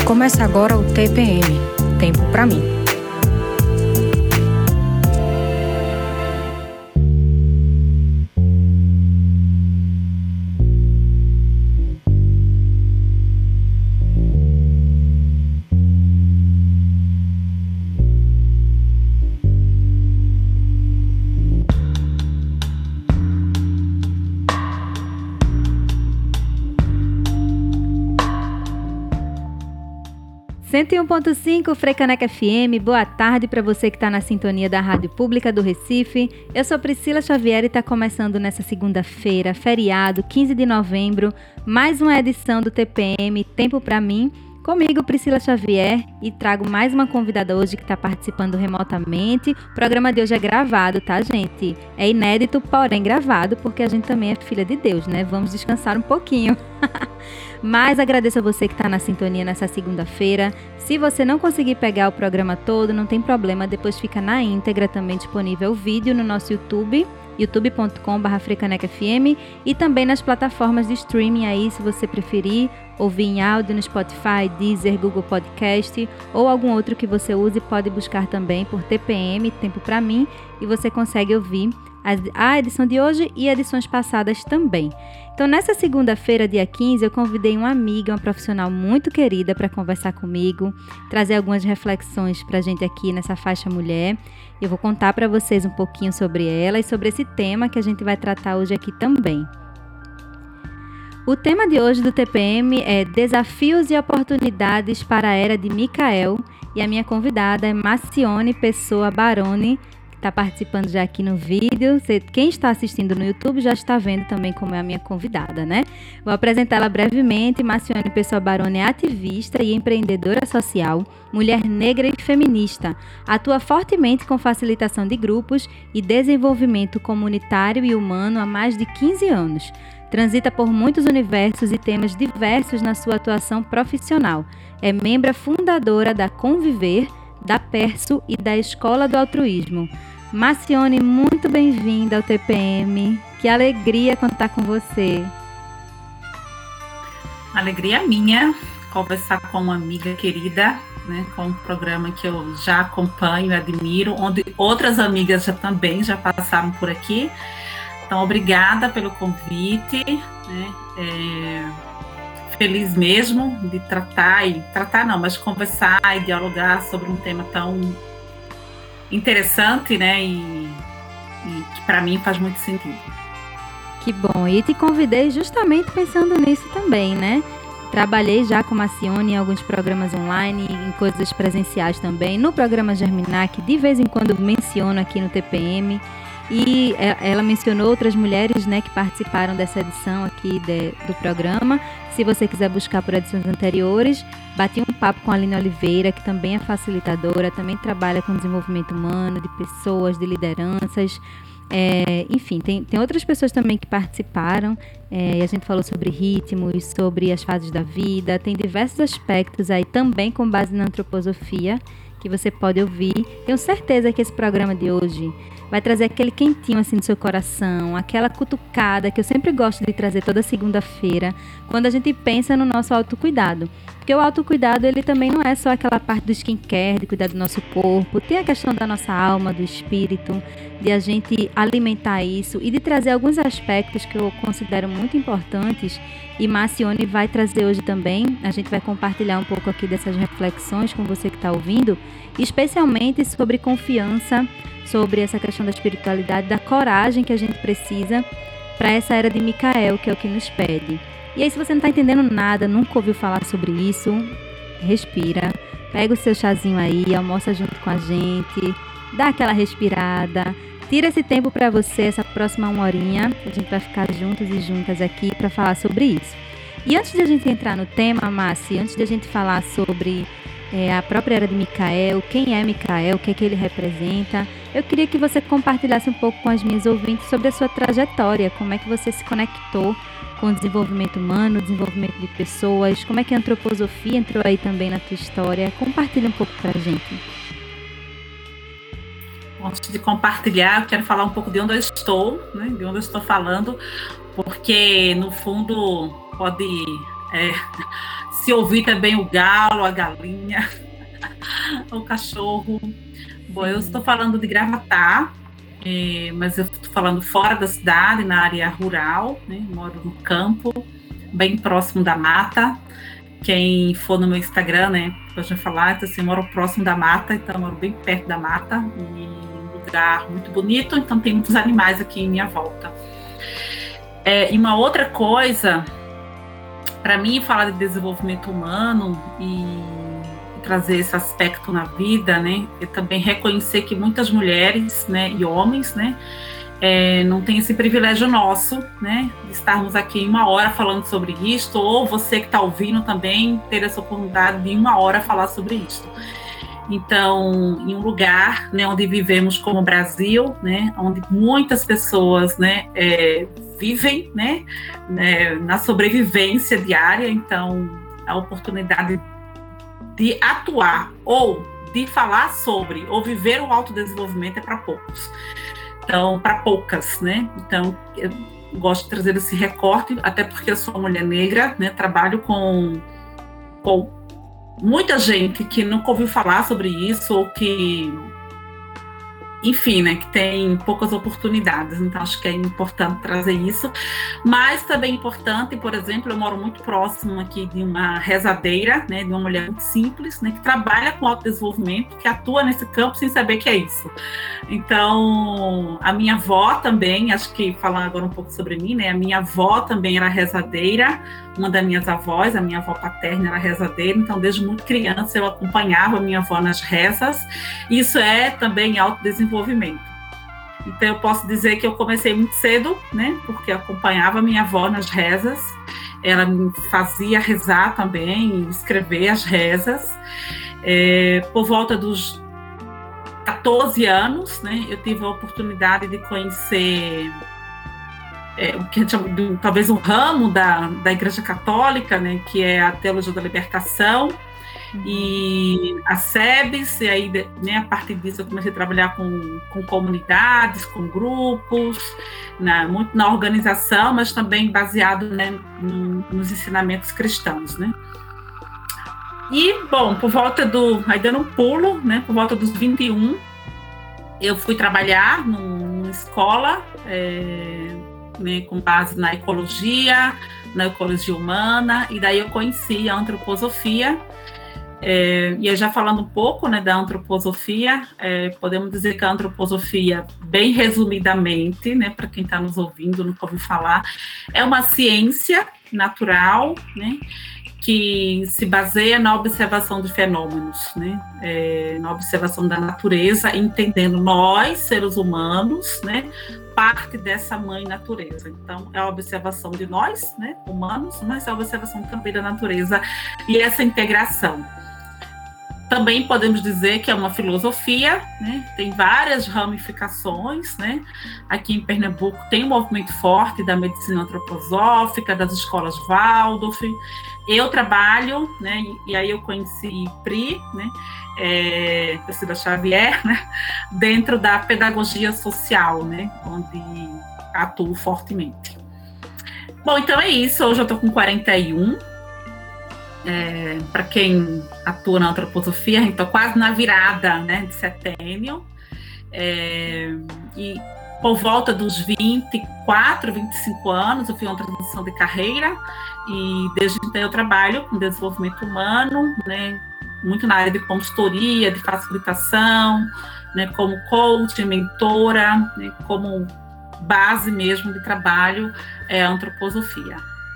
Começa agora o TPM, Tempo para mim. Cento e 1.5 Frecaneca FM, boa tarde para você que está na sintonia da Rádio Pública do Recife. Eu sou Priscila Xavier e está começando nessa segunda-feira, feriado, 15 de novembro, mais uma edição do TPM, Tempo para mim. Comigo, Priscila Xavier, e trago mais uma convidada hoje que está participando remotamente. O programa de hoje é gravado, tá, gente? É inédito, porém gravado, porque a gente também é filha de Deus, né? Vamos descansar um pouquinho. Mas agradeço a você que está na sintonia nessa segunda-feira. Se você não conseguir pegar o programa todo, não tem problema, depois fica na íntegra também disponível o vídeo no nosso YouTube, youtube.com/frecanecafm, e também nas plataformas de streaming aí, se você preferir ouvir em áudio no Spotify, Deezer, Google Podcast ou algum outro que você use, pode buscar também por TPM, Tempo para mim, e você consegue ouvir a edição de hoje e edições passadas também. Então, nessa segunda-feira, dia 15, eu convidei uma amiga, uma profissional muito querida para conversar comigo, trazer algumas reflexões para a gente aqui nessa faixa mulher. Eu vou contar para vocês um pouquinho sobre ela e sobre esse tema que a gente vai tratar hoje aqui também. O tema de hoje do TPM é Desafios e Oportunidades para a Era de Micael, e a minha convidada é Macione Pessoa Baroni, que está participando já aqui no vídeo. Quem está assistindo no YouTube já está vendo também como é a minha convidada, né? Vou apresentá-la brevemente. Macione Pessoa Baroni é ativista e empreendedora social, mulher negra e feminista. Atua fortemente com facilitação de grupos e desenvolvimento comunitário e humano há mais de 15 anos. Transita por muitos universos e temas diversos na sua atuação profissional. É membro fundadora da Conviver, da Perso e da Escola do Altruísmo. Macione, muito bem-vinda ao TPM. Que alegria contar com você. Alegria minha conversar com uma amiga querida, né, com um programa que eu já acompanho e admiro, onde outras amigas já passaram por aqui. Então, obrigada pelo convite, né? Feliz mesmo de mas conversar e dialogar sobre um tema tão interessante, né? E que para mim faz muito sentido. Que bom, e te convidei justamente pensando nisso também, né? Trabalhei já com Macione em alguns programas online, em coisas presenciais também, no programa Germinar, que de vez em quando menciono aqui no TPM. E ela mencionou outras mulheres, né, que participaram dessa edição aqui do programa. Se você quiser buscar por edições anteriores, bati um papo com a Aline Oliveira, que também é facilitadora, também trabalha com desenvolvimento humano, de pessoas, de lideranças. Enfim, tem outras pessoas também que participaram, e a gente falou sobre ritmos, sobre as fases da vida. Tem diversos aspectos aí também com base na antroposofia que você pode ouvir. Tenho certeza que esse programa de hoje vai trazer aquele quentinho assim no seu coração, aquela cutucada que eu sempre gosto de trazer toda segunda-feira, quando a gente pensa no nosso autocuidado. Porque o autocuidado, ele também não é só aquela parte do skincare, de cuidar do nosso corpo, tem a questão da nossa alma, do espírito, de a gente alimentar isso e de trazer alguns aspectos que eu considero muito importantes, e Macione vai trazer hoje também. A gente vai compartilhar um pouco aqui dessas reflexões com você que está ouvindo, especialmente sobre confiança, sobre essa questão da espiritualidade, da coragem que a gente precisa para essa era de Micael, que é o que nos pede. E aí, se você não está entendendo nada, nunca ouviu falar sobre isso, respira, pega o seu chazinho aí, almoça junto com a gente, dá aquela respirada, tira esse tempo para você, essa próxima 1 horinha, a gente vai ficar juntos e juntas aqui para falar sobre isso. E antes de a gente entrar no tema, Massi, antes de a gente falar sobre a própria era de Micael, quem é Micael, o que é que ele representa, eu queria que você compartilhasse um pouco com as minhas ouvintes sobre a sua trajetória, como é que você se conectou com o desenvolvimento humano, o desenvolvimento de pessoas, como é que a antroposofia entrou aí também na tua história. Compartilha um pouco pra gente. Antes de compartilhar, eu quero falar um pouco de onde eu estou, né, de onde eu estou falando, porque no fundo pode se ouvir também o galo, a galinha, o cachorro. Bom, eu estou falando de Gravatá, mas eu estou falando fora da cidade, na área rural, né? Moro no campo, bem próximo da mata. Quem for no meu Instagram, né, pode falar, então, assim, eu moro próximo da mata, então eu moro bem perto da mata, e um lugar muito bonito, então tem muitos animais aqui em minha volta. E uma outra coisa, para mim, falar de desenvolvimento humano e trazer esse aspecto na vida, né, é também reconhecer que muitas mulheres, né, e homens, né, não tem esse privilégio nosso, né, de estarmos aqui em 1 hora falando sobre isto, ou você que está ouvindo também ter essa oportunidade de em 1 hora falar sobre isto. Então, em um lugar, né, onde vivemos como Brasil, né, onde muitas pessoas, né, vivem, né, na sobrevivência diária, então a oportunidade de atuar ou de falar sobre ou viver o autodesenvolvimento é para poucos. Então, para poucas, né? Então, eu gosto de trazer esse recorte, até porque eu sou uma mulher negra, né? Trabalho com muita gente que nunca ouviu falar sobre isso, ou que, enfim, né? Que tem poucas oportunidades. Então, acho que é importante trazer isso. Mas também é importante, por exemplo, eu moro muito próximo aqui de uma rezadeira, né? De uma mulher muito simples, né? Que trabalha com autodesenvolvimento, que atua nesse campo sem saber que é isso. Então, a minha avó também, acho que falando agora um pouco sobre mim, né? A minha avó também era rezadeira, uma das minhas avós, a minha avó paterna era rezadeira, então desde muito criança eu acompanhava a minha avó nas rezas. Isso é também autodesenvolvimento. Então eu posso dizer que eu comecei muito cedo, né? Porque eu acompanhava a minha avó nas rezas, ela me fazia rezar também, escrever as rezas. Por volta dos 14 anos, né, eu tive a oportunidade de conhecer o que a gente chama de talvez um ramo da Igreja Católica, né, que é a Teologia da Libertação, e a SEBS, e aí, né, a partir disso eu comecei a trabalhar com comunidades, com grupos, muito na organização, mas também baseado, né, nos ensinamentos cristãos, né. E, bom, aí dando um pulo, né, por volta dos 21, eu fui trabalhar numa escola, né, com base na ecologia humana, e daí eu conheci a antroposofia. E aí já falando um pouco, né, da antroposofia, podemos dizer que a antroposofia, bem resumidamente, né, para quem está nos ouvindo, nunca ouviu falar, é uma ciência natural, né, que se baseia na observação de fenômenos, né? Na observação da natureza, entendendo nós, seres humanos, né, parte dessa mãe natureza. Então, é a observação de nós, né, humanos, mas é a observação também da natureza e essa integração. Também podemos dizer que é uma filosofia, né? Tem várias ramificações, né? Aqui em Pernambuco tem um movimento forte da medicina antroposófica, das escolas Waldorf. Eu trabalho, né? E aí eu conheci Pri, né? Priscila Xavier, né? Dentro da pedagogia social, né? Onde atuo fortemente. Bom, então é isso. Hoje eu estou com 41. Para quem atua na antroposofia, a gente está quase na virada, né, de setênio, e por volta dos 24, 25 anos eu fiz uma transição de carreira, e desde então eu trabalho com desenvolvimento humano, né, muito na área de consultoria, de facilitação, né, como coach, mentora, né, como base mesmo de trabalho a antroposofia.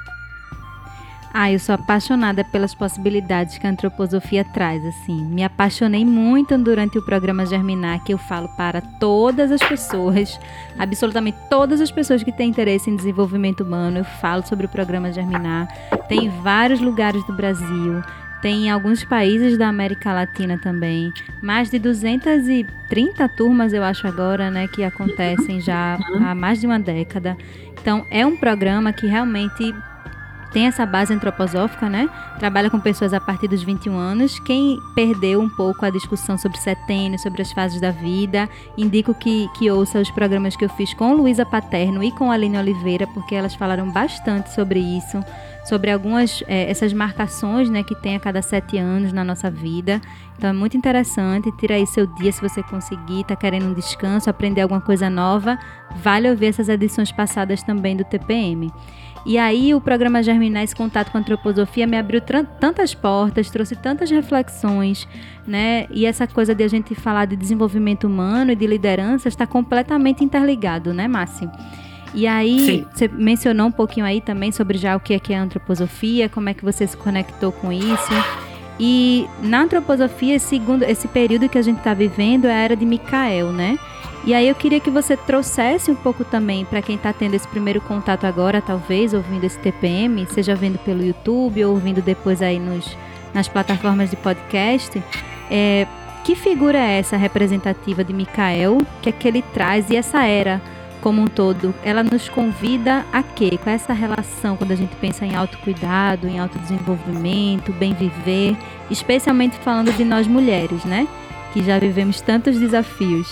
Eu sou apaixonada pelas possibilidades que a antroposofia traz, assim. Me apaixonei muito durante o programa Germinar, que eu falo para todas as pessoas, absolutamente todas as pessoas que têm interesse em desenvolvimento humano, eu falo sobre o programa Germinar. Tem em vários lugares do Brasil, tem em alguns países da América Latina também. Mais de 230 turmas, eu acho agora, né, que acontecem já há mais de uma década. Então, é um programa que realmente tem essa base antroposófica, né? Trabalha com pessoas a partir dos 21 anos. Quem perdeu um pouco a discussão sobre setênio, sobre as fases da vida, indico que ouça os programas que eu fiz com Luísa Paterno e com a Aline Oliveira, porque elas falaram bastante sobre isso, sobre algumas essas marcações, né, que tem a cada 7 anos na nossa vida. Então é muito interessante. Tira aí seu dia, se você conseguir, tá querendo um descanso, aprender alguma coisa nova, vale ouvir essas edições passadas também do TPM. E aí o programa Germinar, esse contato com a antroposofia, me abriu tantas portas, trouxe tantas reflexões, né? E essa coisa de a gente falar de desenvolvimento humano e de liderança está completamente interligado, né, Márcio? E aí, sim, você mencionou um pouquinho aí também sobre já o que é a antroposofia, como é que você se conectou com isso. E na antroposofia, segundo esse período que a gente está vivendo, é a era de Micael, né? E aí eu queria que você trouxesse um pouco também para quem está tendo esse primeiro contato agora, talvez, ouvindo esse TPM, seja vendo pelo YouTube ou ouvindo depois aí nas plataformas de podcast, que figura é essa representativa de Micael, que é que ele traz, e essa era como um todo, ela nos convida a quê? Qual é essa relação quando a gente pensa em autocuidado, em autodesenvolvimento, bem viver, especialmente falando de nós mulheres, né? Que já vivemos tantos desafios.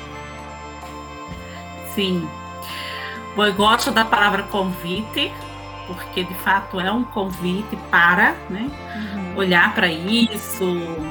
Sim. Bom, eu gosto da palavra convite, porque de fato é um convite para, né, olhar para isso,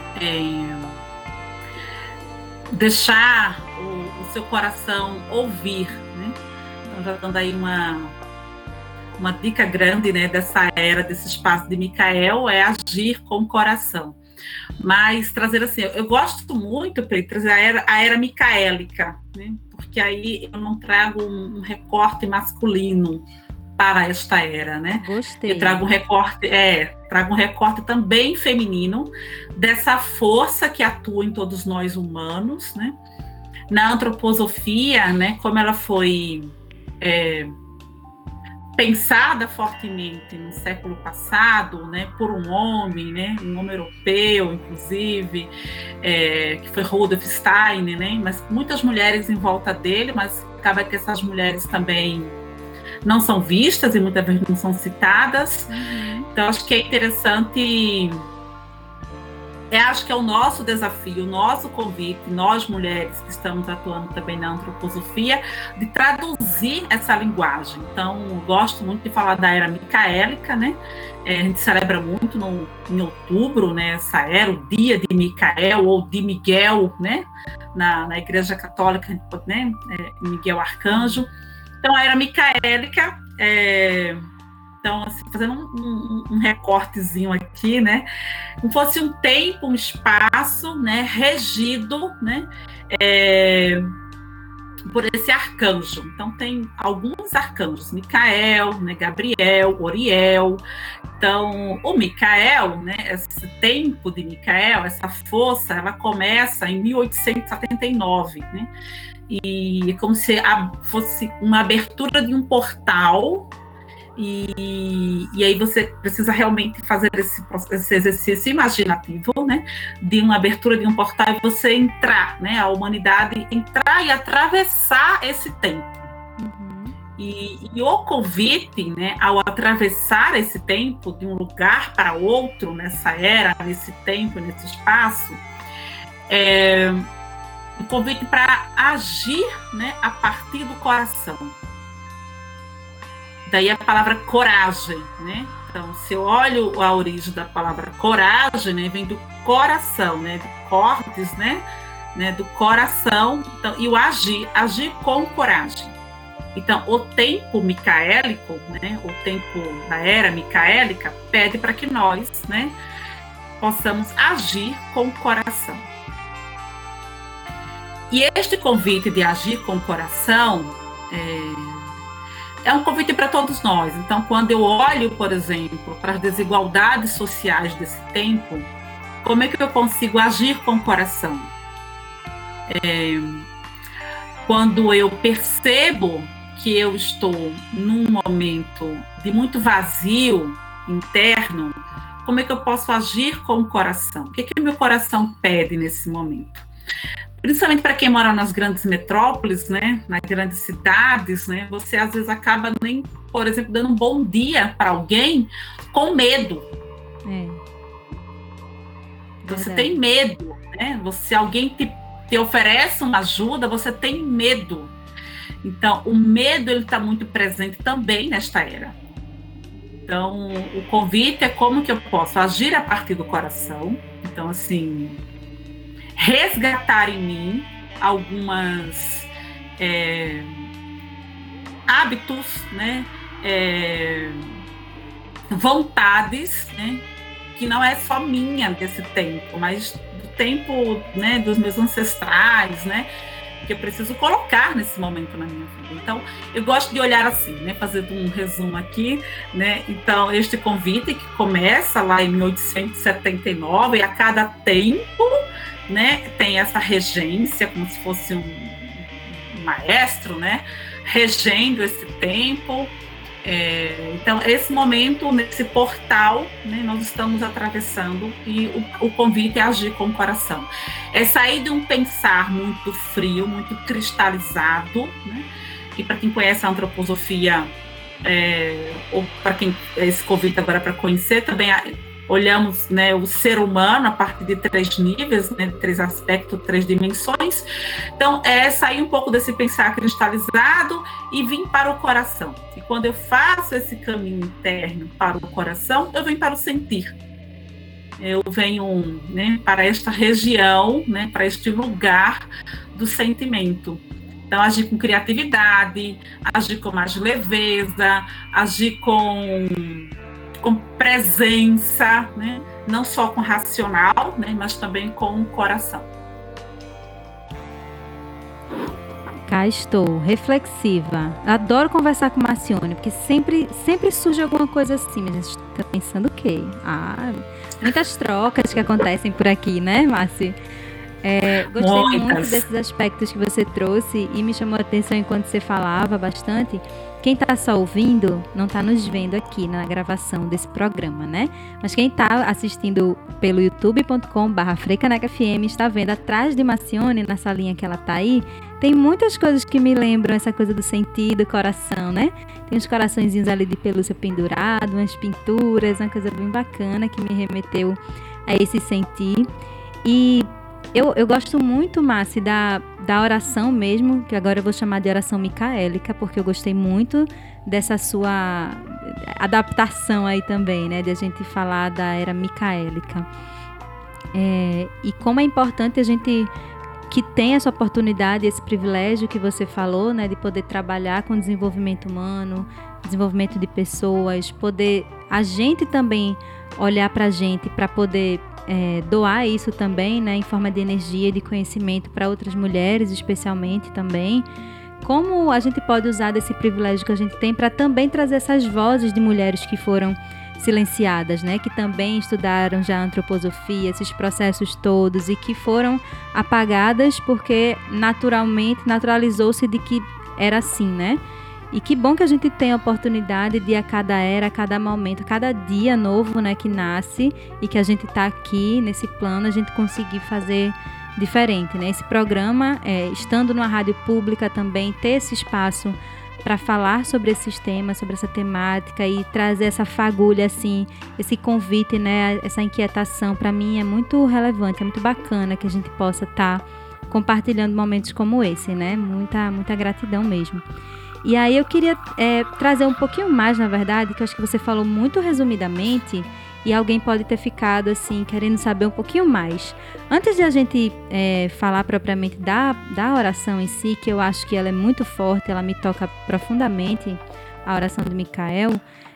deixar o seu coração ouvir, né? Então, já dando aí uma dica grande, né, dessa era, desse espaço de Micael, é agir com o coração. Mas trazer assim, eu gosto muito, Pedro, trazer a era micaélica, né? Porque aí eu não trago um recorte masculino para esta era, né? Gostei. Eu trago um recorte também feminino dessa força que atua em todos nós humanos, né? Na antroposofia, né, como ela foi pensada fortemente no século passado, né, por um homem europeu, inclusive, que foi Rudolf Steiner, né, mas muitas mulheres em volta dele, mas acaba que essas mulheres também não são vistas e muitas vezes não são citadas. Então, acho que é interessante. Acho que é o nosso desafio, o nosso convite, nós mulheres que estamos atuando também na antroposofia, de traduzir essa linguagem. Então, eu gosto muito de falar da era micaélica, né? A gente celebra muito em outubro, né, essa era, o dia de Micael ou de Miguel, né? Na Igreja Católica, né? Miguel Arcanjo. Então, a era micaélica então, assim, fazendo um recortezinho aqui, né? Como fosse um tempo, um espaço, né? Regido, né? Por esse arcanjo. Então, tem alguns arcanjos. Micael, né? Gabriel, Oriel. Então, o Micael, né? Esse tempo de Micael, essa força, ela começa em 1879, né? E é como se fosse uma abertura de um portal. E aí você precisa realmente fazer esse exercício imaginativo, né, de uma abertura de um portal e você entrar, né, a humanidade entrar e atravessar esse tempo. E o convite, né, ao atravessar esse tempo de um lugar para outro, nessa era, nesse tempo, nesse espaço, o convite para agir, né, a partir do coração. Daí a palavra coragem, né? Então, se eu olho a origem da palavra coragem, né, vem do coração, né, do cortes, né, do coração, então, e o agir com coragem. Então, o tempo micaélico, né, o tempo da era micaélica, pede para que nós, né, possamos agir com o coração. E este convite de agir com o coração é um convite para todos nós. Então, quando eu olho, por exemplo, para as desigualdades sociais desse tempo, como é que eu consigo agir com o coração? Quando eu percebo que eu estou num momento de muito vazio interno, como é que eu posso agir com o coração? O que o meu coração pede nesse momento? Principalmente para quem mora nas grandes metrópoles, né, nas grandes cidades, né, você às vezes acaba nem, por exemplo, dando um bom dia para alguém com medo. Você tem medo, né? Alguém te oferece uma ajuda, você tem medo. Então, o medo ele está muito presente também nesta era. Então, o convite é como que eu posso agir a partir do coração. Então, assim, resgatar em mim algumas hábitos, né? Vontades, né? Que não é só minha desse tempo, mas do tempo, né, dos meus ancestrais, né? Que eu preciso colocar nesse momento na minha vida. Então, eu gosto de olhar assim, né, fazendo um resumo aqui, né? Então, este convite que começa lá em 1879 e a cada tempo, né, tem essa regência, como se fosse um maestro, né, regendo esse tempo. Então, esse momento, nesse portal, né, nós estamos atravessando e o convite é agir com o coração. É sair de um pensar muito frio, muito cristalizado, né? E para quem conhece a antroposofia, ou para quem esse convite agora para conhecer, também olhamos, né, o ser humano a partir de 3 níveis, né, 3 aspectos, 3 dimensões. Então, é sair um pouco desse pensar cristalizado e vir para o coração. E quando eu faço esse caminho interno para o coração, eu venho para o sentir. Eu venho, né, para esta região, né, para este lugar do sentimento. Então, agir com criatividade, agir com mais leveza, agir com presença, né? Não só com racional, né? Mas também com o coração. Cá estou, reflexiva. Adoro conversar com Marcione, porque sempre surge alguma coisa assim. Mas a gente está pensando o quê? Muitas trocas que acontecem por aqui, né, Márcia? Gostei muito desses aspectos que você trouxe e me chamou a atenção enquanto você falava bastante. Quem está só ouvindo não está nos vendo aqui na gravação desse programa, né? Mas quem está assistindo pelo youtube.com/FreiCanecFM está vendo atrás de Marcione, na salinha que ela está aí, tem muitas coisas que me lembram essa coisa do sentido, coração, né? Tem uns coraçõezinhos ali de pelúcia pendurado, umas pinturas, uma coisa bem bacana que me remeteu a esse sentir. E eu gosto muito, Márcia, da oração mesmo, que agora eu vou chamar de oração micaélica, porque eu gostei muito dessa sua adaptação aí também, né? De a gente falar da era micaélica. E como é importante a gente que tem essa oportunidade, esse privilégio que você falou, né? De poder trabalhar com desenvolvimento humano, desenvolvimento de pessoas, poder a gente também olhar pra gente para poder doar isso também, né, em forma de energia e de conhecimento para outras mulheres, especialmente também. Como a gente pode usar desse privilégio que a gente tem para também trazer essas vozes de mulheres que foram silenciadas, né, que também estudaram já a antroposofia, esses processos todos e que foram apagadas porque naturalizou-se de que era assim, né? E que bom que a gente tem a oportunidade de a cada era, a cada momento, a cada dia novo, né, que nasce e que a gente está aqui nesse plano, a gente conseguir fazer diferente, né? Esse programa, estando numa rádio pública também, ter esse espaço para falar sobre esses temas, sobre essa temática e trazer essa fagulha, assim, esse convite, né, essa inquietação, para mim é muito relevante, é muito bacana que a gente possa estar compartilhando momentos como esse, né? Muita gratidão mesmo. E aí eu queria trazer um pouquinho mais, na verdade, que eu acho que você falou muito resumidamente e alguém pode ter ficado, assim, querendo saber um pouquinho mais. Antes de a gente falar propriamente da oração em si, que eu acho que ela é muito forte, ela me toca profundamente, a oração de Micael,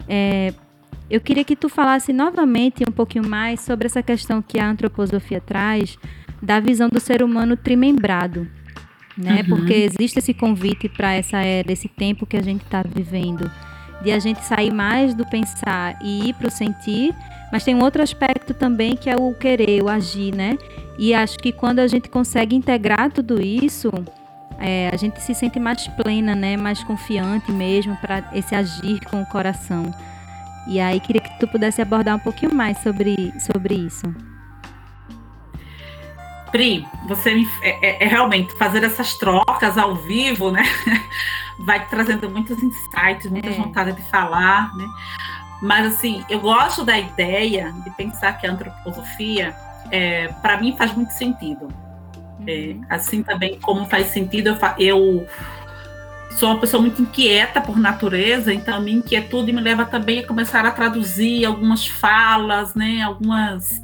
eu queria que tu falasse novamente um pouquinho mais sobre essa questão que a antroposofia traz da visão do ser humano trimembrado. Né? Uhum. Porque existe esse convite para essa era, esse tempo que a gente está vivendo, de a gente sair mais do pensar e ir para o sentir, mas tem um outro aspecto também que é o querer, o agir, né? E acho que quando a gente consegue integrar tudo isso, a gente se sente mais plena, né? Mais confiante mesmo para esse agir com o coração. E aí queria que tu pudesse abordar um pouquinho mais sobre isso. Pri, você realmente fazer essas trocas ao vivo, né? Vai trazendo muitos insights, muita vontade de falar, né? Mas, assim, eu gosto da ideia de pensar que a antroposofia, para mim, faz muito sentido. Assim também como faz sentido, eu sou uma pessoa muito inquieta por natureza, então a minha inquietude me leva também a começar a traduzir algumas falas, né, algumas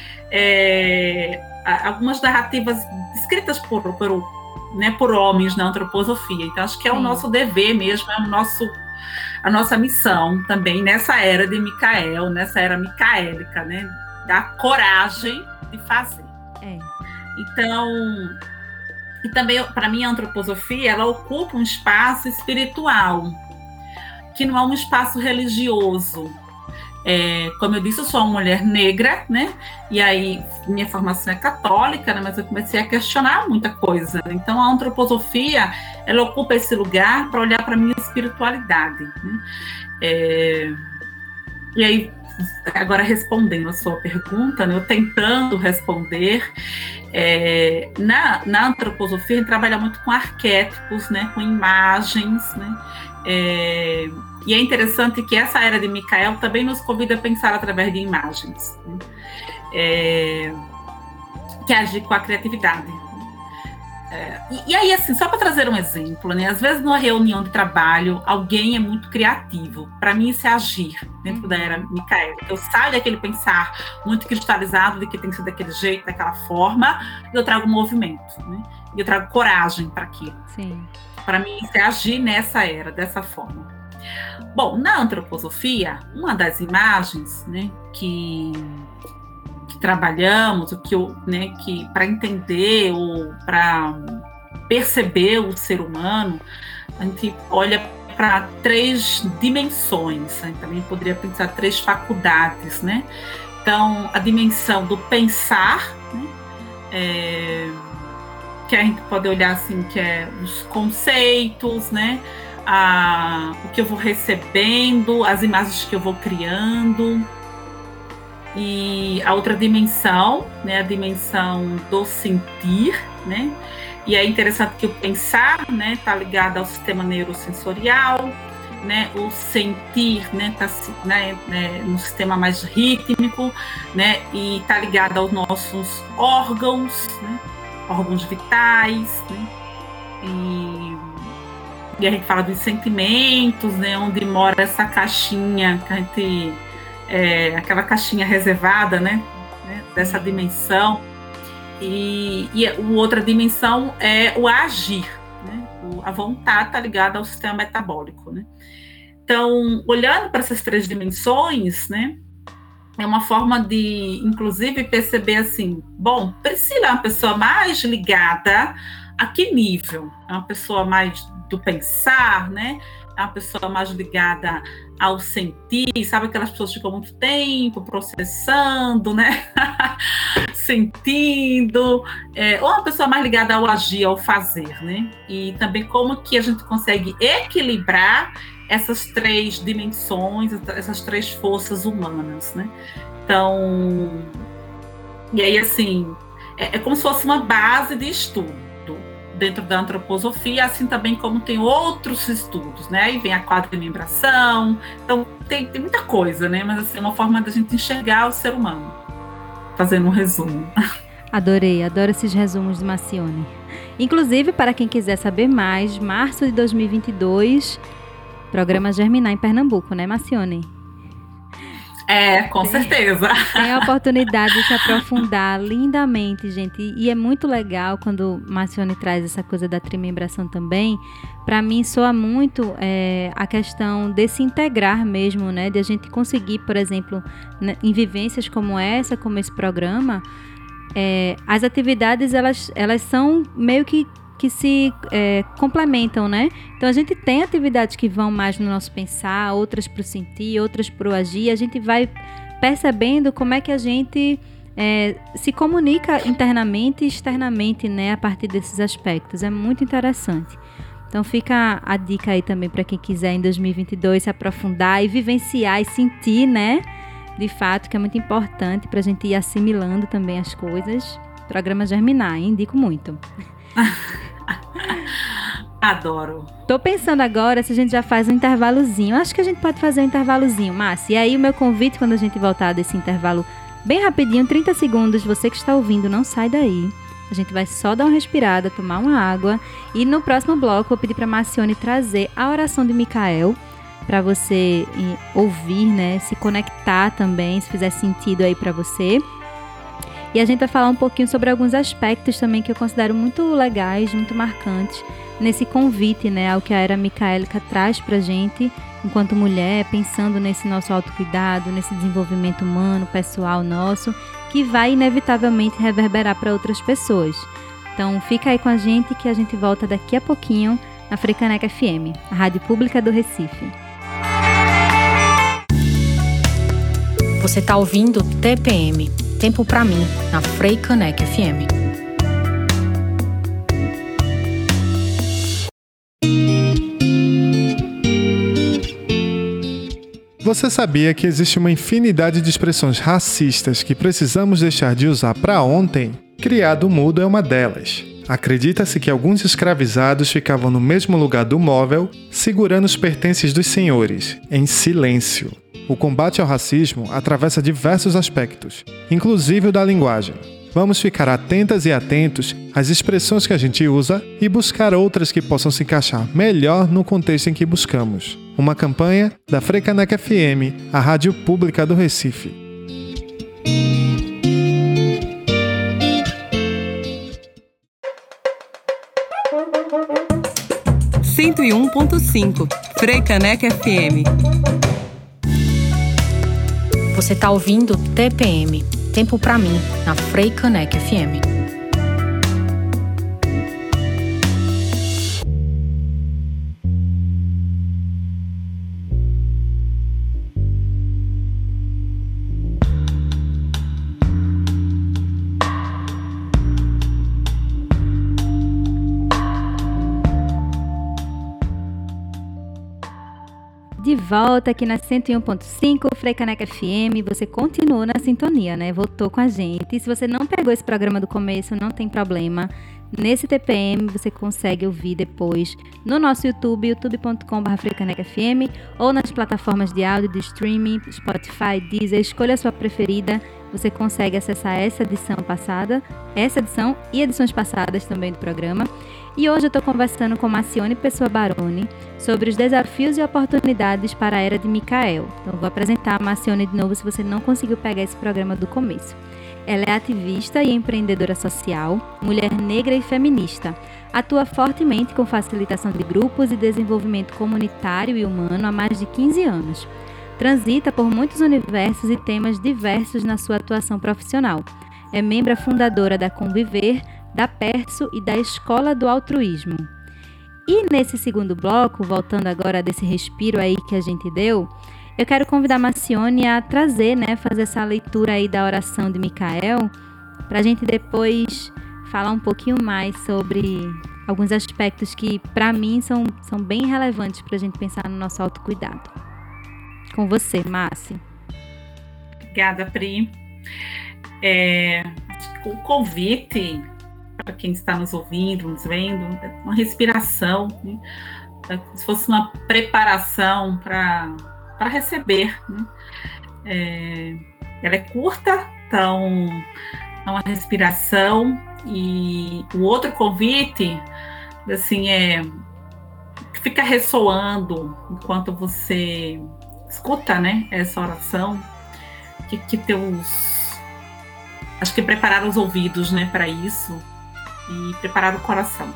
narrativas escritas por homens na antroposofia. Então acho que é o nosso dever mesmo, a nossa missão também nessa era de Micael, nessa era micaélica, né, da coragem de fazer. Então, e também, para mim, a antroposofia, ela ocupa um espaço espiritual, que não é um espaço religioso. Como eu disse, eu sou uma mulher negra, né? E aí, minha formação é católica, né? Mas eu comecei a questionar muita coisa. Então, a antroposofia, ela ocupa esse lugar para olhar para a minha espiritualidade, né? E aí, agora respondendo a sua pergunta, né? Eu tentando responder, na antroposofia a gente trabalha muito com arquétipos, né? Com imagens, né? E é interessante que essa era de Micael também nos convida a pensar através de imagens, né? Que agir com a criatividade. E aí, assim, só para trazer um exemplo, né? Às vezes, numa reunião de trabalho, alguém é muito criativo. Para mim, isso é agir dentro da era Micael. Eu saio daquele pensar muito cristalizado de que tem que ser daquele jeito, daquela forma, e eu trago movimento, né? E eu trago coragem para aquilo. Para mim, isso é agir nessa era, dessa forma. Bom, na antroposofia, uma das imagens, né, que trabalhamos, que para entender ou para perceber o ser humano, a gente olha para 3 dimensões, né? Também poderia pensar 3 faculdades, né? Então, a dimensão do pensar, né? Que a gente pode olhar assim, que é os conceitos, né? O que eu vou recebendo, as imagens que eu vou criando. E a outra dimensão, né, a dimensão do sentir, né? E é interessante que o pensar, né, está ligado ao sistema neurosensorial, né? O sentir, né, está no sistema mais rítmico, né? E está ligado aos nossos órgãos, né? Órgãos vitais, né? E a gente fala dos sentimentos, né? Onde mora essa caixinha que a gente aquela caixinha reservada, né, dessa dimensão. E a outra dimensão é o agir, né? A vontade está ligada ao sistema metabólico, né? Então, olhando para essas 3 dimensões, né, é uma forma de, inclusive, perceber assim, bom, Priscila é uma pessoa mais ligada a que nível? É uma pessoa mais do pensar, né? É uma pessoa mais ligada ao sentir, sabe, aquelas pessoas que ficam muito tempo processando, né? Sentindo, ou uma pessoa mais ligada ao agir, ao fazer, né? E também como que a gente consegue equilibrar essas 3 dimensões, essas 3 forças humanas, né? Então, e aí assim, é como se fosse uma base de estudo dentro da antroposofia, assim também como tem outros estudos, né? Aí vem a quadrimembração, então tem muita coisa, né? Mas assim, é uma forma da gente enxergar o ser humano, fazendo um resumo. Adoro esses resumos de Marcione. Inclusive, para quem quiser saber mais, março de 2022, programa Germinar em Pernambuco, né, Marcione? Com certeza. Tem a oportunidade de se aprofundar lindamente, gente. E é muito legal quando Marcione traz essa coisa da trimembração também. Para mim, soa muito a questão de se integrar mesmo, né? De a gente conseguir, por exemplo, em vivências como essa, como esse programa, as atividades, elas são meio que se complementam, né? Então, a gente tem atividades que vão mais no nosso pensar, outras para o sentir, outras para o agir. A gente vai percebendo como é que a gente se comunica internamente e externamente, né? A partir desses aspectos. É muito interessante. Então, fica a dica aí também para quem quiser, em 2022, se aprofundar e vivenciar e sentir, né? De fato, que é muito importante para a gente ir assimilando também as coisas. Programa Germinar, hein? Indico muito. Adoro. Tô pensando agora se a gente já faz um intervalozinho. Acho que a gente pode fazer um intervalozinho, Márcia. E aí o meu convite, quando a gente voltar desse intervalo bem rapidinho, 30 segundos, você que está ouvindo, não sai daí. A gente vai só dar uma respirada, tomar uma água. E no próximo bloco, eu vou pedir para a Marcione trazer a oração de Micael para você ouvir, né? Se conectar também, se fizer sentido aí para você. E a gente vai falar um pouquinho sobre alguns aspectos também que eu considero muito legais, muito marcantes nesse convite, né, ao que a Era Micaélica traz pra gente enquanto mulher, pensando nesse nosso autocuidado, nesse desenvolvimento humano, pessoal nosso, que vai inevitavelmente reverberar para outras pessoas. Então fica aí com a gente que a gente volta daqui a pouquinho na Freicaneca FM, a rádio pública do Recife. Você está ouvindo TPM, Tempo para mim, na Freicaneca FM. Você sabia que existe uma infinidade de expressões racistas que precisamos deixar de usar para ontem? Criado mudo é uma delas. Acredita-se que alguns escravizados ficavam no mesmo lugar do móvel, segurando os pertences dos senhores, em silêncio. O combate ao racismo atravessa diversos aspectos, inclusive o da linguagem. Vamos ficar atentas e atentos às expressões que a gente usa e buscar outras que possam se encaixar melhor no contexto em que buscamos. Uma campanha da Freicaneca FM, a rádio pública do Recife. Freicaneca FM. Você está ouvindo TPM, Tempo para mim, na Freicaneca FM. De volta aqui na 101.5 Freicaneca FM, você continuou na sintonia, né? Voltou com a gente. E se você não pegou esse programa do começo, não tem problema. Nesse TPM você consegue ouvir depois no nosso YouTube, youtube.com/FreicanecaFM, ou nas plataformas de áudio de streaming, Spotify, Deezer, escolha a sua preferida. Você consegue acessar essa edição e edições passadas também do programa. E hoje eu estou conversando com Marcione Pessoa Baroni sobre os desafios e oportunidades para a Era de Micael. Então eu vou apresentar a Marcione de novo se você não conseguiu pegar esse programa do começo. Ela é ativista e empreendedora social, mulher negra e feminista. Atua fortemente com facilitação de grupos e desenvolvimento comunitário e humano há mais de 15 anos. Transita por muitos universos e temas diversos na sua atuação profissional. É membro fundadora da Conviver, da Perso e da Escola do Altruísmo. E nesse segundo bloco, voltando agora desse respiro aí que a gente deu, eu quero convidar a Marcione a trazer, né, fazer essa leitura aí da oração de Micael, para a gente depois falar um pouquinho mais sobre alguns aspectos que, para mim, são bem relevantes para a gente pensar no nosso autocuidado. Com você, Márcia. Obrigada, Pri. O convite para quem está nos ouvindo, nos vendo, uma respiração, né? Se fosse uma preparação para receber, né? Ela é curta, então é uma respiração. E o outro convite, assim, fica ressoando enquanto você escuta, né, essa oração, acho que preparar os ouvidos, né, para isso e preparar o coração.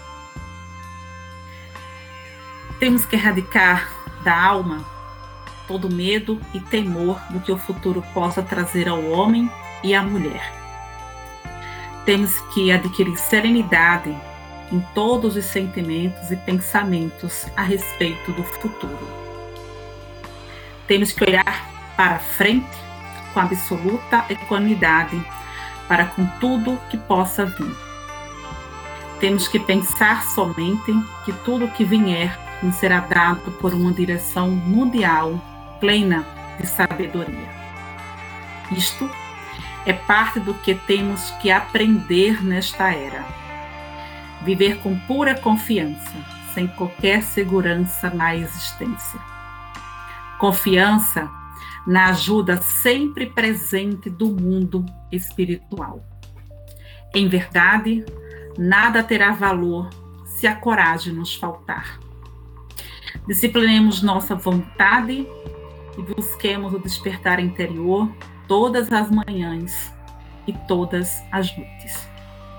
Temos que erradicar da alma todo medo e temor do que o futuro possa trazer ao homem e à mulher. Temos que adquirir serenidade em todos os sentimentos e pensamentos a respeito do futuro. Temos que olhar para frente com absoluta equanimidade para com tudo que possa vir. Temos que pensar somente que tudo que vier nos será dado por uma direção mundial plena de sabedoria. Isto é parte do que temos que aprender nesta era. Viver com pura confiança, sem qualquer segurança na existência. Confiança na ajuda sempre presente do mundo espiritual. Em verdade, nada terá valor se a coragem nos faltar. Disciplinemos nossa vontade e busquemos o despertar interior todas as manhãs e todas as noites.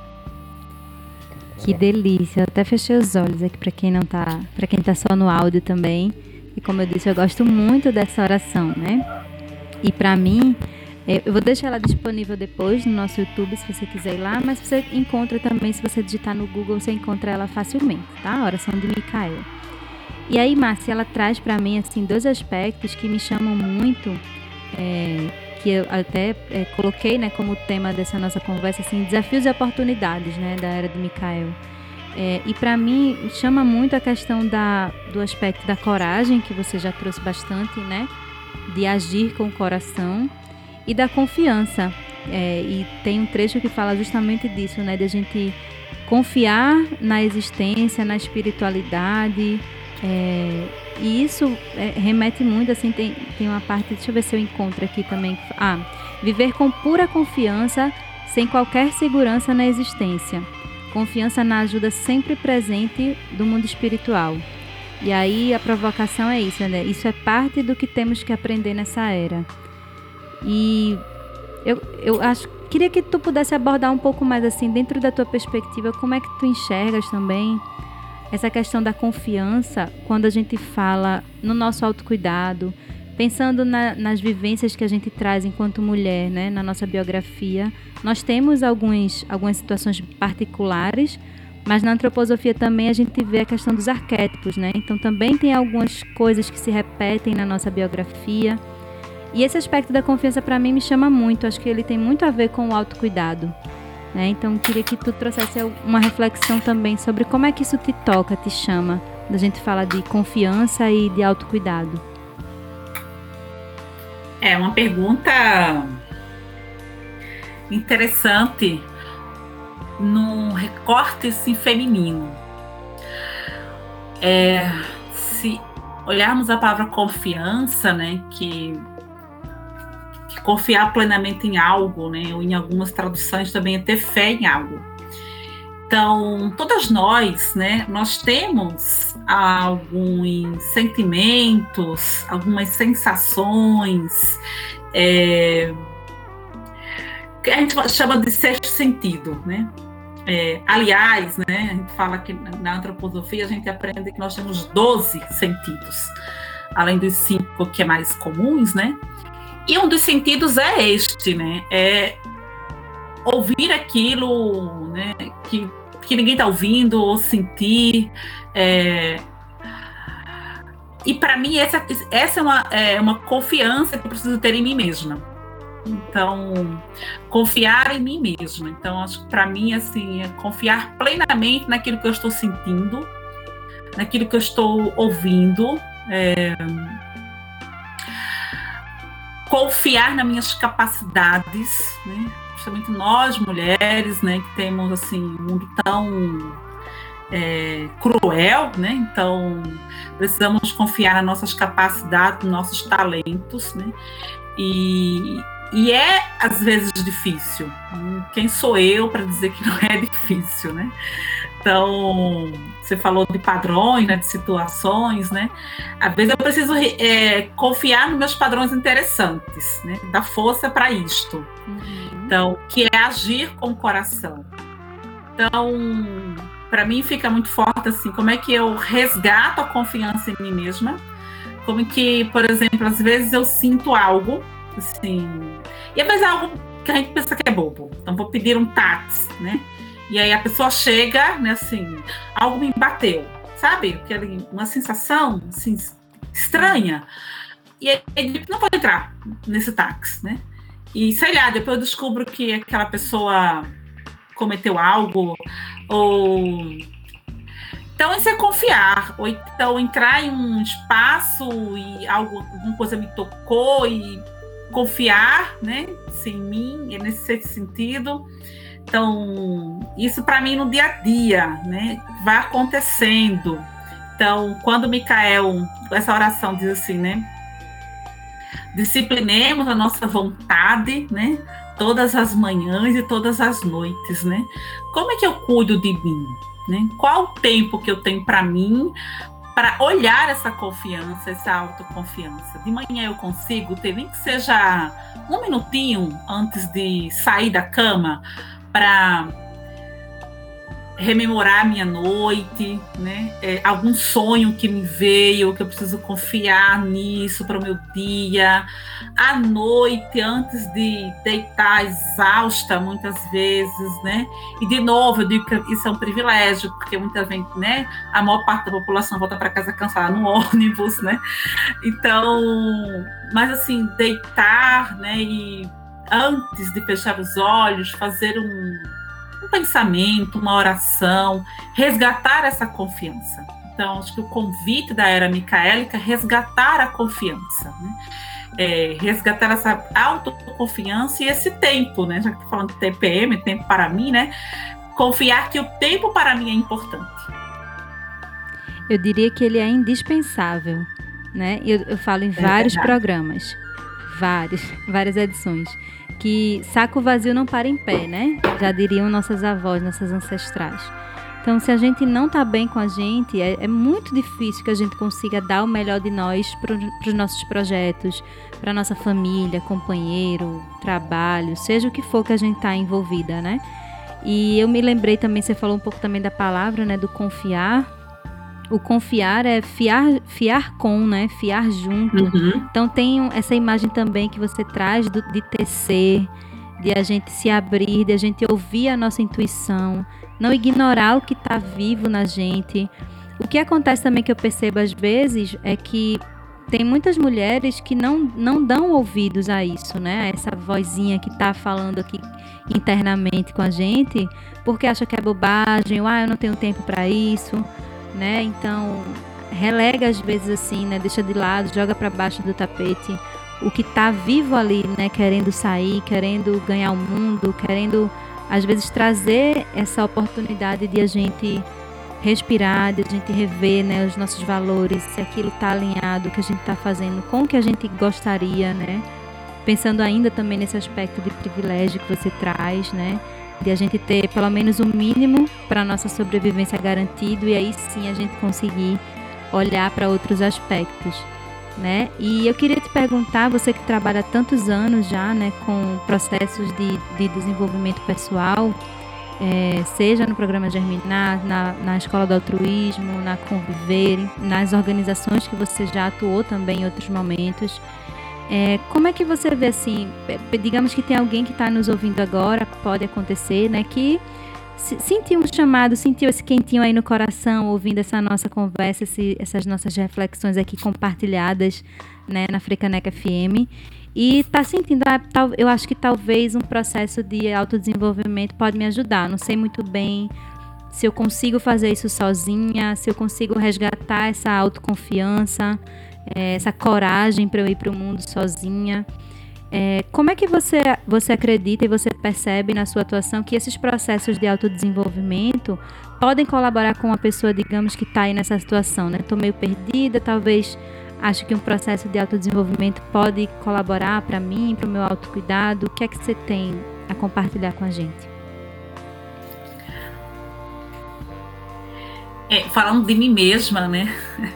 Que delícia, eu até fechei os olhos aqui para quem tá só no áudio também. E como eu disse, eu gosto muito dessa oração, né? E para mim, eu vou deixar ela disponível depois no nosso YouTube, se você quiser ir lá, mas você encontra também, se você digitar no Google, você encontra ela facilmente, tá? A oração de Micael. E aí, Márcia, ela traz para mim, assim, 2 aspectos que me chamam muito, que eu até coloquei, né, como tema dessa nossa conversa, assim, desafios e oportunidades, né, da era de Micael. E para mim, chama muito a questão do aspecto da coragem, que você já trouxe bastante, né, de agir com o coração, e da confiança. E tem um trecho que fala justamente disso, né, de a gente confiar na existência, na espiritualidade. E isso remete muito, assim, tem uma parte, deixa eu ver se eu encontro aqui também, viver com pura confiança, sem qualquer segurança na existência, confiança na ajuda sempre presente do mundo espiritual. E aí a provocação é isso, né? Isso é parte do que temos que aprender nessa era. E eu queria que tu pudesse abordar um pouco mais, assim, dentro da tua perspectiva, como é que tu enxergas também essa questão da confiança quando a gente fala no nosso autocuidado, pensando nas vivências que a gente traz enquanto mulher, né, na nossa biografia. Nós temos algumas situações particulares, mas na antroposofia também a gente vê a questão dos arquétipos, né? Então também tem algumas coisas que se repetem na nossa biografia. E esse aspecto da confiança para mim me chama muito, acho que ele tem muito a ver com o autocuidado. Então, queria que tu trouxesse uma reflexão também sobre como é que isso te toca, te chama, da gente falar de confiança e de autocuidado. É uma pergunta interessante num recorte, assim, feminino. Se olharmos a palavra confiança, né, que confiar plenamente em algo, né? Ou em algumas traduções também é ter fé em algo. Então, todas nós, né? Nós temos alguns sentimentos, algumas sensações, que a gente chama de sexto sentido, né? Aliás, né? A gente fala que na antroposofia a gente aprende que nós temos 12 sentidos, além dos 5 que é mais comuns, né? E um dos sentidos é este, né? É ouvir aquilo, né, que ninguém está ouvindo, ou sentir. E para mim essa é uma confiança que eu preciso ter em mim mesma. Então, confiar em mim mesma. Então, acho que para mim, assim, é confiar plenamente naquilo que eu estou sentindo, naquilo que eu estou ouvindo. Confiar nas minhas capacidades, né? Principalmente nós mulheres, né, que temos, assim, um mundo tão cruel, né? Então precisamos confiar nas nossas capacidades, nos nossos talentos, né? E é às vezes difícil. Quem sou eu para dizer que não é difícil, né? Então, você falou de padrões, né, de situações, né? Às vezes eu preciso confiar nos meus padrões interessantes, né? Dar força para isto. Então, que é agir com o coração. Então, para mim fica muito forte, assim, como é que eu resgato a confiança em mim mesma, como que, por exemplo, às vezes eu sinto algo, assim, e às vezes é algo que a gente pensa que é bobo, então vou pedir um táxi, né? E aí a pessoa chega, né, assim, algo me bateu, sabe? Uma sensação, assim, estranha. E aí ele não pode entrar nesse táxi, né? E sei lá, depois eu descubro que aquela pessoa cometeu algo, ou... Então isso é confiar, ou então entrar em um espaço e alguma coisa me tocou e confiar, né, assim, em mim, é nesse sentido. Então, isso para mim no dia a dia, né, vai acontecendo. Então, quando Micael, essa oração diz assim, né, disciplinemos a nossa vontade, né, todas as manhãs e todas as noites, né? Como é que eu cuido de mim, né? Qual o tempo que eu tenho para mim, para olhar essa confiança, essa autoconfiança? De manhã eu consigo ter, nem que seja um minutinho antes de sair da cama, para rememorar a minha noite, né? Algum sonho que me veio, que eu preciso confiar nisso para o meu dia. À noite, antes de deitar exausta, muitas vezes, né? E, de novo, eu digo que isso é um privilégio, porque muitas vezes, né, a maior parte da população volta para casa cansada no ônibus, né? Então, mas assim, deitar, né, e antes de fechar os olhos, fazer um pensamento, uma oração, resgatar essa confiança. Então, acho que o convite da Era Micaélica é resgatar a confiança, né? Resgatar essa autoconfiança e esse tempo, né? Já que estou falando de TPM, tempo para mim, né? Confiar que o tempo para mim é importante. Eu diria que ele é indispensável, né? Eu falo em vários programas, várias edições, que saco vazio não para em pé, né? Já diriam nossas avós, nossas ancestrais. Então, se a gente não está bem com a gente, é muito difícil que a gente consiga dar o melhor de nós para os nossos projetos, para a nossa família, companheiro, trabalho, seja o que for que a gente está envolvida, né? E eu me lembrei também, você falou um pouco também da palavra, né? Do confiar. O confiar é fiar com, né? Fiar junto. Uhum. Então tem essa imagem também que você traz de tecer, de a gente se abrir, de a gente ouvir a nossa intuição, não ignorar o que está vivo na gente. O que acontece também que eu percebo às vezes é que tem muitas mulheres que não dão ouvidos a isso, né? A essa vozinha que está falando aqui internamente com a gente, porque acha que é bobagem, eu não tenho tempo para isso, né? Então relega às vezes assim, né? Deixa de lado, joga para baixo do tapete o que está vivo ali, né? Querendo sair, querendo ganhar o mundo, querendo às vezes trazer essa oportunidade de a gente respirar, de a gente rever, né, os nossos valores, se aquilo está alinhado, o que a gente está fazendo com o que a gente gostaria, né? Pensando ainda também nesse aspecto de privilégio que você traz, né? De a gente ter pelo menos o mínimo para a nossa sobrevivência garantido, e aí sim a gente conseguir olhar para outros aspectos, né? E eu queria te perguntar, você que trabalha há tantos anos já, né, com processos de desenvolvimento pessoal, seja no programa Germinar, na Escola do Altruísmo, na Conviver, nas organizações que você já atuou também em outros momentos, como é que você vê assim, digamos que tem alguém que está nos ouvindo agora, pode acontecer, né, que sentiu um chamado, sentiu esse quentinho aí no coração, ouvindo essa nossa conversa, essas nossas reflexões aqui compartilhadas, né, na Freicaneca FM, e está sentindo, eu acho que talvez um processo de autodesenvolvimento pode me ajudar, não sei muito bem se eu consigo fazer isso sozinha, se eu consigo resgatar essa autoconfiança, essa coragem para eu ir para o mundo sozinha. Como é que você acredita e você percebe na sua atuação que esses processos de autodesenvolvimento podem colaborar com uma pessoa, digamos, que está aí nessa situação, né? Estou meio perdida, talvez acho que um processo de autodesenvolvimento pode colaborar para mim, para o meu autocuidado. O que é que você tem a compartilhar com a gente? Falando de mim mesma, né?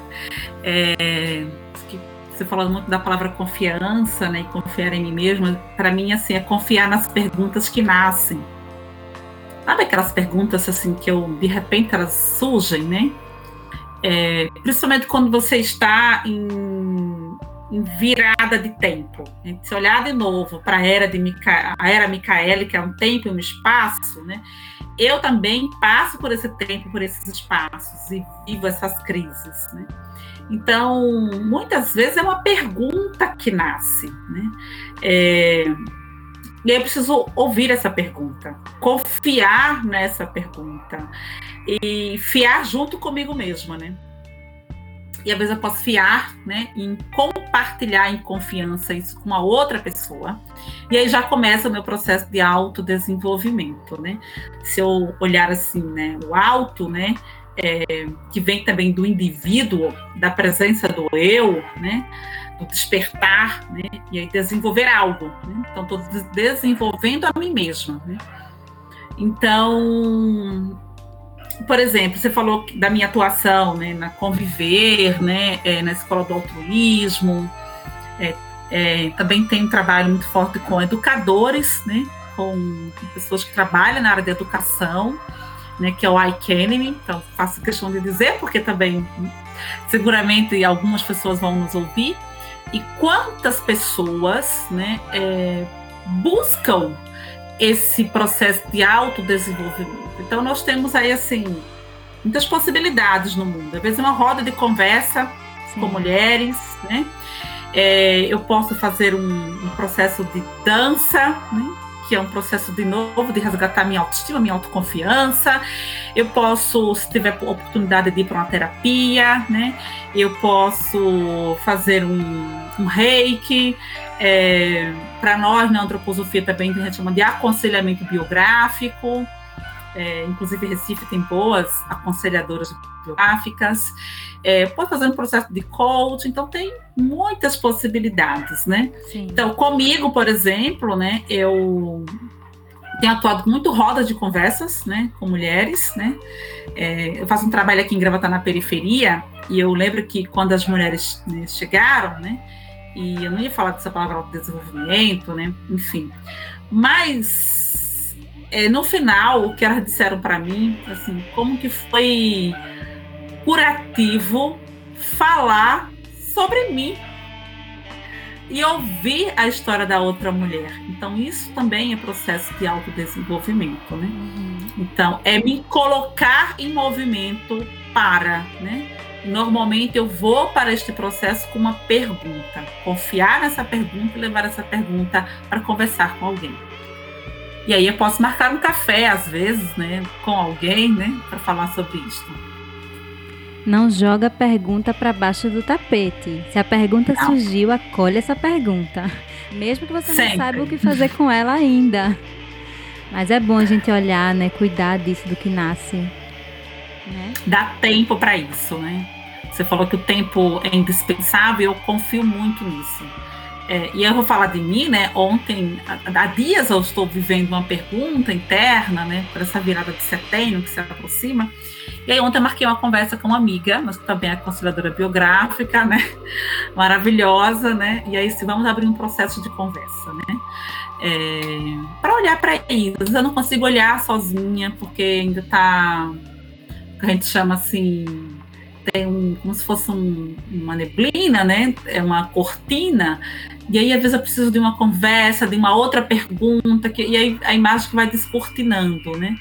Você falou muito da palavra confiança, né? E confiar em mim mesma. Para mim, assim, é confiar nas perguntas que nascem. Sabe aquelas perguntas, assim, que de repente elas surgem, né? Principalmente quando você está em virada de tempo. Se olhar de novo para a era micaélica, é um tempo e um espaço, né? Eu também passo por esse tempo, por esses espaços e vivo essas crises, né? Então, muitas vezes é uma pergunta que nasce, né? E eu preciso ouvir essa pergunta, confiar nessa pergunta e fiar junto comigo mesma, né? E às vezes eu posso fiar, né, em compartilhar em confiança isso com uma outra pessoa. E aí já começa o meu processo de autodesenvolvimento, né? Se eu olhar assim, né, o auto, né, que vem também do indivíduo, da presença do eu, né? Do despertar, né? E aí desenvolver algo, né? Então, estou desenvolvendo a mim mesma, né? Então, por exemplo, você falou da minha atuação, né, na Conviver, né, na Escola do Altruísmo. Também tem um trabalho muito forte com educadores, né, com pessoas que trabalham na área da educação, né, que é o iCanemy. Então, faço questão de dizer, porque também, seguramente, algumas pessoas vão nos ouvir. E quantas pessoas, né, buscam esse processo de autodesenvolvimento. Então, nós temos aí, assim, muitas possibilidades no mundo. Às vezes, uma roda de conversa com mulheres, né? Eu posso fazer um processo de dança, né? Que é um processo, de novo, de resgatar minha autoestima, minha autoconfiança. Eu posso, se tiver oportunidade de ir para uma terapia, né? Eu posso fazer um reiki. Para nós, na antroposofia, também a gente chama de aconselhamento biográfico. Inclusive, Recife tem boas aconselhadoras biográficas. Pode fazer um processo de coaching. Então, tem muitas possibilidades, né? Sim. Então, comigo, por exemplo, né, eu tenho atuado muito rodas de conversas, né, com mulheres, né? Eu faço um trabalho aqui em Gravatá, na periferia, e eu lembro que quando as mulheres, né, chegaram, né, e eu não ia falar dessa palavra autodesenvolvimento, né, enfim, mas no final, o que elas disseram para mim, assim, como que foi curativo falar sobre mim e ouvir a história da outra mulher. Então, isso também é processo de autodesenvolvimento, né? Então, me colocar em movimento né? Normalmente, eu vou para este processo com uma pergunta, confiar nessa pergunta e levar essa pergunta para conversar com alguém. E aí, eu posso marcar um café, às vezes, né, com alguém, né, para falar sobre isso. Não joga a pergunta para baixo do tapete. Se a pergunta surgiu, acolhe essa pergunta. Mesmo que você não saiba o que fazer com ela ainda. Mas é bom a gente olhar, né? Cuidar disso do que nasce. Né? Dá tempo para isso, né? Você falou que o tempo é indispensável, eu confio muito nisso. E eu vou falar de mim, né? Ontem, há dias eu estou vivendo uma pergunta interna, né? Por essa virada de setembro que se aproxima. E aí ontem eu marquei uma conversa com uma amiga, mas também é aconselhadora biográfica, né? Maravilhosa, né? E aí vamos abrir um processo de conversa, né? Para olhar para isso. Às vezes eu não consigo olhar sozinha, porque ainda está, o que a gente chama assim, tem como se fosse uma neblina, né? É uma cortina. E aí, às vezes, eu preciso de uma conversa, de uma outra pergunta, e aí a imagem que vai descortinando, né?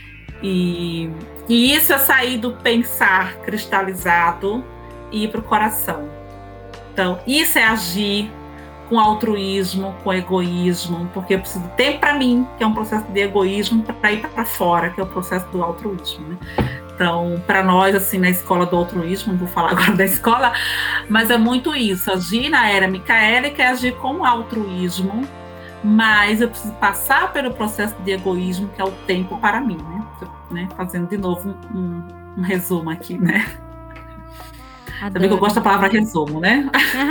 E isso é sair do pensar cristalizado e ir para o coração. Então, isso é agir com altruísmo, com egoísmo, porque eu preciso de tempo para mim, que é um processo de egoísmo, para ir para fora, que é o processo do altruísmo, né? Então, para nós, assim, na escola do altruísmo, não vou falar agora da escola, mas é muito isso, agir na era micaélica é agir com altruísmo, mas eu preciso passar pelo processo de egoísmo, que é o tempo para mim, né? Fazendo de novo um resumo aqui, né? Também que eu gosto da palavra resumo, né?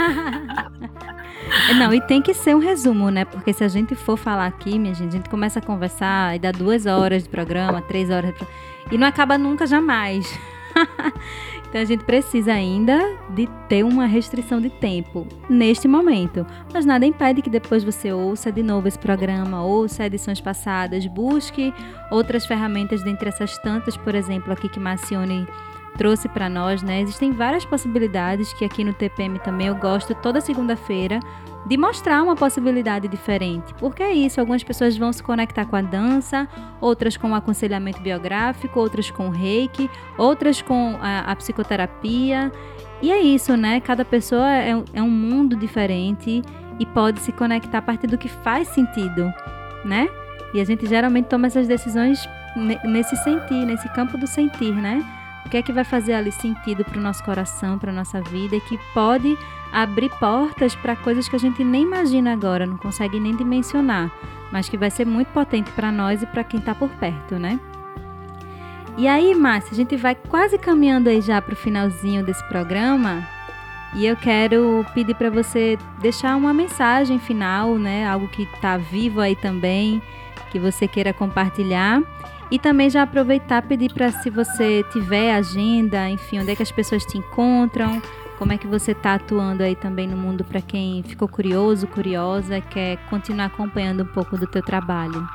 Não, e tem que ser um resumo, né? Porque se a gente for falar aqui, minha gente, a gente começa a conversar e dá 2 horas de programa, 3 horas de programa, e não acaba nunca, jamais. Então a gente precisa ainda de ter uma restrição de tempo neste momento. Mas nada impede que depois você ouça de novo esse programa, ouça edições passadas, busque outras ferramentas dentre essas tantas, por exemplo, aqui que Marcione trouxe para nós, né? Existem várias possibilidades que aqui no TPM também eu gosto toda segunda-feira de mostrar uma possibilidade diferente. Porque é isso, algumas pessoas vão se conectar com a dança, outras com o aconselhamento biográfico, outras com o reiki, outras com a psicoterapia. E é isso, né? Cada pessoa é um mundo diferente e pode se conectar a partir do que faz sentido, né? E a gente geralmente toma essas decisões nesse sentir, nesse campo do sentir, né? O que é que vai fazer ali sentido para o nosso coração, para a nossa vida, e que pode abrir portas para coisas que a gente nem imagina agora, não consegue nem dimensionar, mas que vai ser muito potente para nós e para quem está por perto, né? E aí, Márcia, a gente vai quase caminhando aí já para o finalzinho desse programa e eu quero pedir para você deixar uma mensagem final, né? Algo que está vivo aí também, que você queira compartilhar. E também já aproveitar e pedir para, se você tiver agenda, enfim, onde é que as pessoas te encontram, como é que você está atuando aí também no mundo para quem ficou curioso, curiosa, quer continuar acompanhando um pouco do teu trabalho.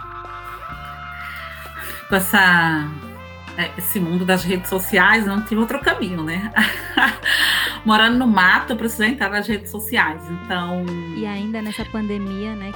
Com esse mundo das redes sociais, não tive outro caminho, né? Morando no mato, eu precisei entrar nas redes sociais, então... E ainda nessa pandemia, né?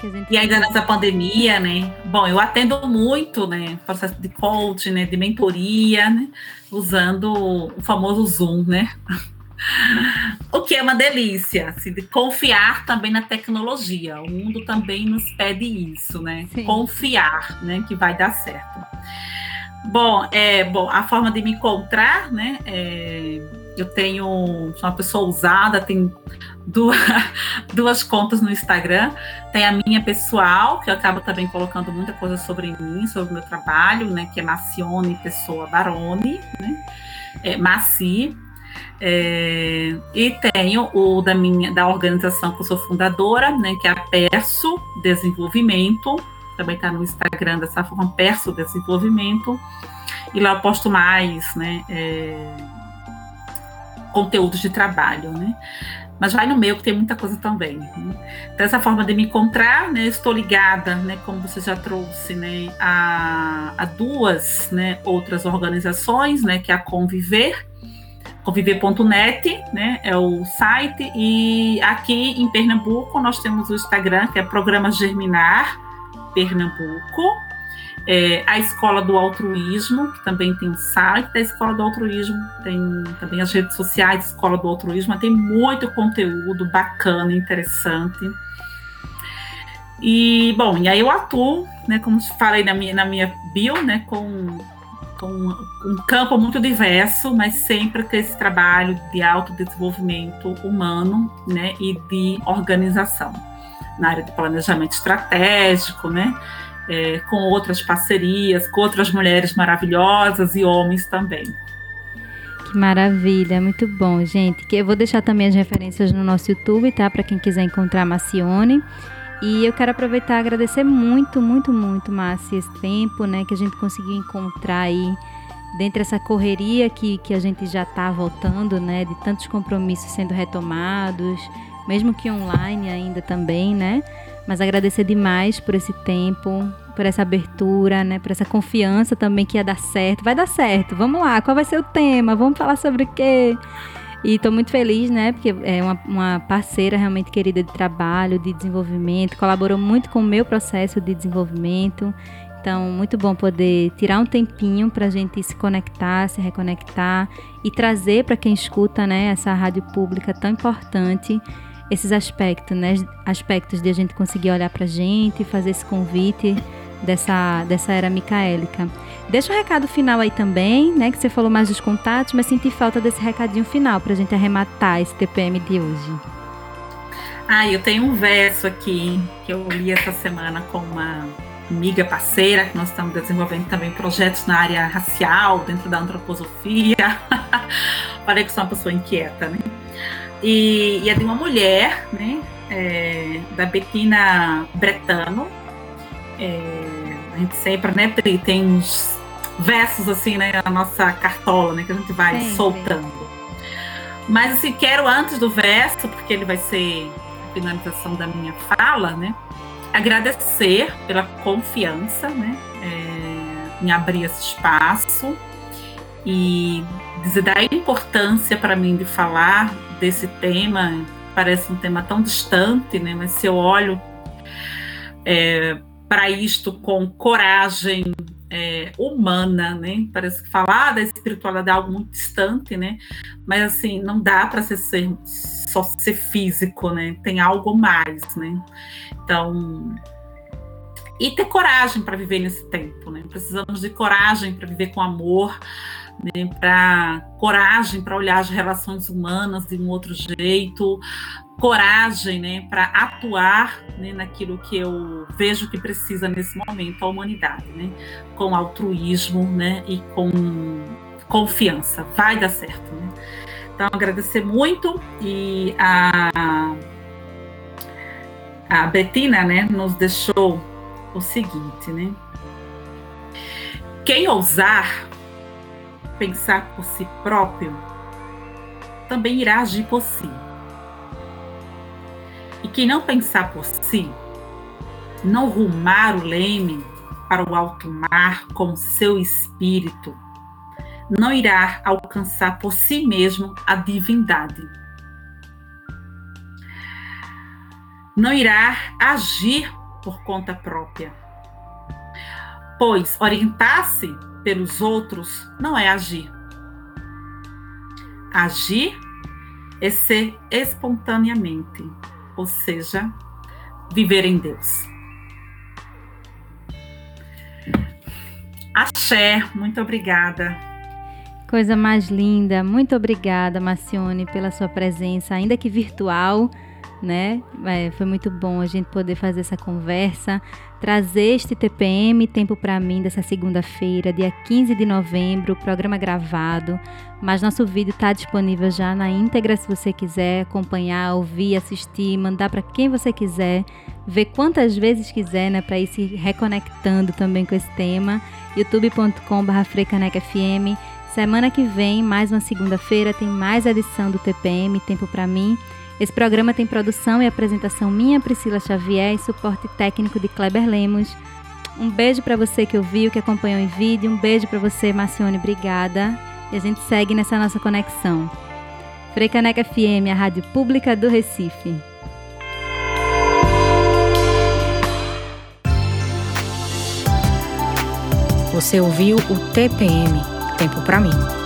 Bom, eu atendo muito, né? Processo de coaching, né? De mentoria, né? Usando o famoso Zoom, né? O que é uma delícia, assim, de confiar também na tecnologia. O mundo também nos pede isso, né? Sim. Confiar, né? Que vai dar certo. Bom, a forma de me encontrar, né? Sou uma pessoa ousada, tenho duas contas no Instagram. Tem a minha pessoal, que eu acabo também colocando muita coisa sobre mim, sobre o meu trabalho, né? Que é Marcione Pessoa Baroni, né? Maci. E tenho o da organização que eu sou fundadora, né? Que é a Perso Desenvolvimento. Também está no Instagram dessa forma, Perso Desenvolvimento. E lá eu posto mais, né? Conteúdos de trabalho, né? Mas vai no meu, que tem muita coisa também, né? Então, essa forma de me encontrar, né? Estou ligada, né? Como você já trouxe, né? A duas, né? Outras organizações, né? Que é a Conviver.net, né? É o site. E aqui em Pernambuco nós temos o Instagram, que é Programa Germinar Pernambuco. A Escola do Altruísmo, que também tem um site da Escola do Altruísmo, tem também as redes sociais da Escola do Altruísmo, tem muito conteúdo bacana, interessante. E, bom, e aí eu atuo, né, como falei na minha bio, né, com um campo muito diverso, mas sempre com esse trabalho de autodesenvolvimento humano, né, e de organização, na área de planejamento estratégico, né, com outras parcerias, com outras mulheres maravilhosas e homens também. Que maravilha, muito bom, gente. Eu vou deixar também as referências no nosso YouTube, tá? Para quem quiser encontrar a Marcione. E eu quero aproveitar e agradecer muito, muito, muito, Márcia, esse tempo, né? Que a gente conseguiu encontrar aí, dentro dessa correria que a gente já está voltando, né? De tantos compromissos sendo retomados, mesmo que online ainda também, né? Mas agradecer demais por esse tempo, por essa abertura, né? Por essa confiança também que ia dar certo. Vai dar certo, vamos lá, qual vai ser o tema? Vamos falar sobre o quê? E estou muito feliz, né? Porque é uma parceira realmente querida de trabalho, de desenvolvimento, colaborou muito com o meu processo de desenvolvimento. Então, muito bom poder tirar um tempinho para a gente se conectar, se reconectar e trazer para quem escuta, né, essa rádio pública tão importante, esses aspectos, né? Aspectos de a gente conseguir olhar para a gente e fazer esse convite dessa era micaélica. Deixa um recado final aí também, né? Que você falou mais dos contatos, mas senti falta desse recadinho final para a gente arrematar esse TPM de hoje. Eu tenho um verso aqui que eu li essa semana com uma amiga parceira, que nós estamos desenvolvendo também projetos na área racial, dentro da antroposofia. Falei que sou uma pessoa inquieta, né? E é de uma mulher, né? Da Bettina Bretano. A gente sempre, né, tem uns versos assim, né, na nossa cartola, né, que a gente vai soltando. Mas assim, quero antes do verso, porque ele vai ser a finalização da minha fala, né, agradecer pela confiança, né, em abrir esse espaço e dizer da importância para mim de falar desse tema. Parece um tema tão distante, né, mas se eu olho para isto com coragem humana, né? Parece que falar da espiritualidade é algo muito distante, né? Mas assim, não dá para só ser físico, né? Tem algo mais, né? Então, e ter coragem para viver nesse tempo, né? Precisamos de coragem para viver com amor, né? Coragem para olhar as relações humanas de um outro jeito, coragem, né, para atuar, né, naquilo que eu vejo que precisa nesse momento a humanidade, né, com altruísmo, né, e com confiança. Vai dar certo, né? Então, agradecer muito, e a Bettina, né, nos deixou o seguinte, né? Quem ousar pensar por si próprio também irá agir por si. E quem não pensar por si, não rumar o leme para o alto mar com seu espírito, não irá alcançar por si mesmo a divindade. Não irá agir por conta própria. Pois orientar-se pelos outros não é agir. Agir é ser espontaneamente, ou seja, viver em Deus. Axé, muito obrigada. Coisa mais linda. Muito obrigada, Marcione, pela sua presença, ainda que virtual, né? Foi muito bom a gente poder fazer essa conversa, trazer este TPM Tempo para Mim dessa segunda-feira, dia 15 de novembro, programa gravado, mas nosso vídeo está disponível já na íntegra, se você quiser acompanhar, ouvir, assistir, mandar para quem você quiser, ver quantas vezes quiser, né, para ir se reconectando também com esse tema. youtube.com/FreiCanecaFM. Semana que vem, mais uma segunda-feira, tem mais edição do TPM Tempo para Mim. Esse programa tem produção e apresentação minha, Priscila Xavier, e suporte técnico de Kleber Lemos. Um beijo para você que ouviu, que acompanhou em vídeo. Um beijo para você, Marcione, obrigada. E a gente segue nessa nossa conexão. Freicaneca FM, a rádio pública do Recife. Você ouviu o TPM, Tempo para Mim.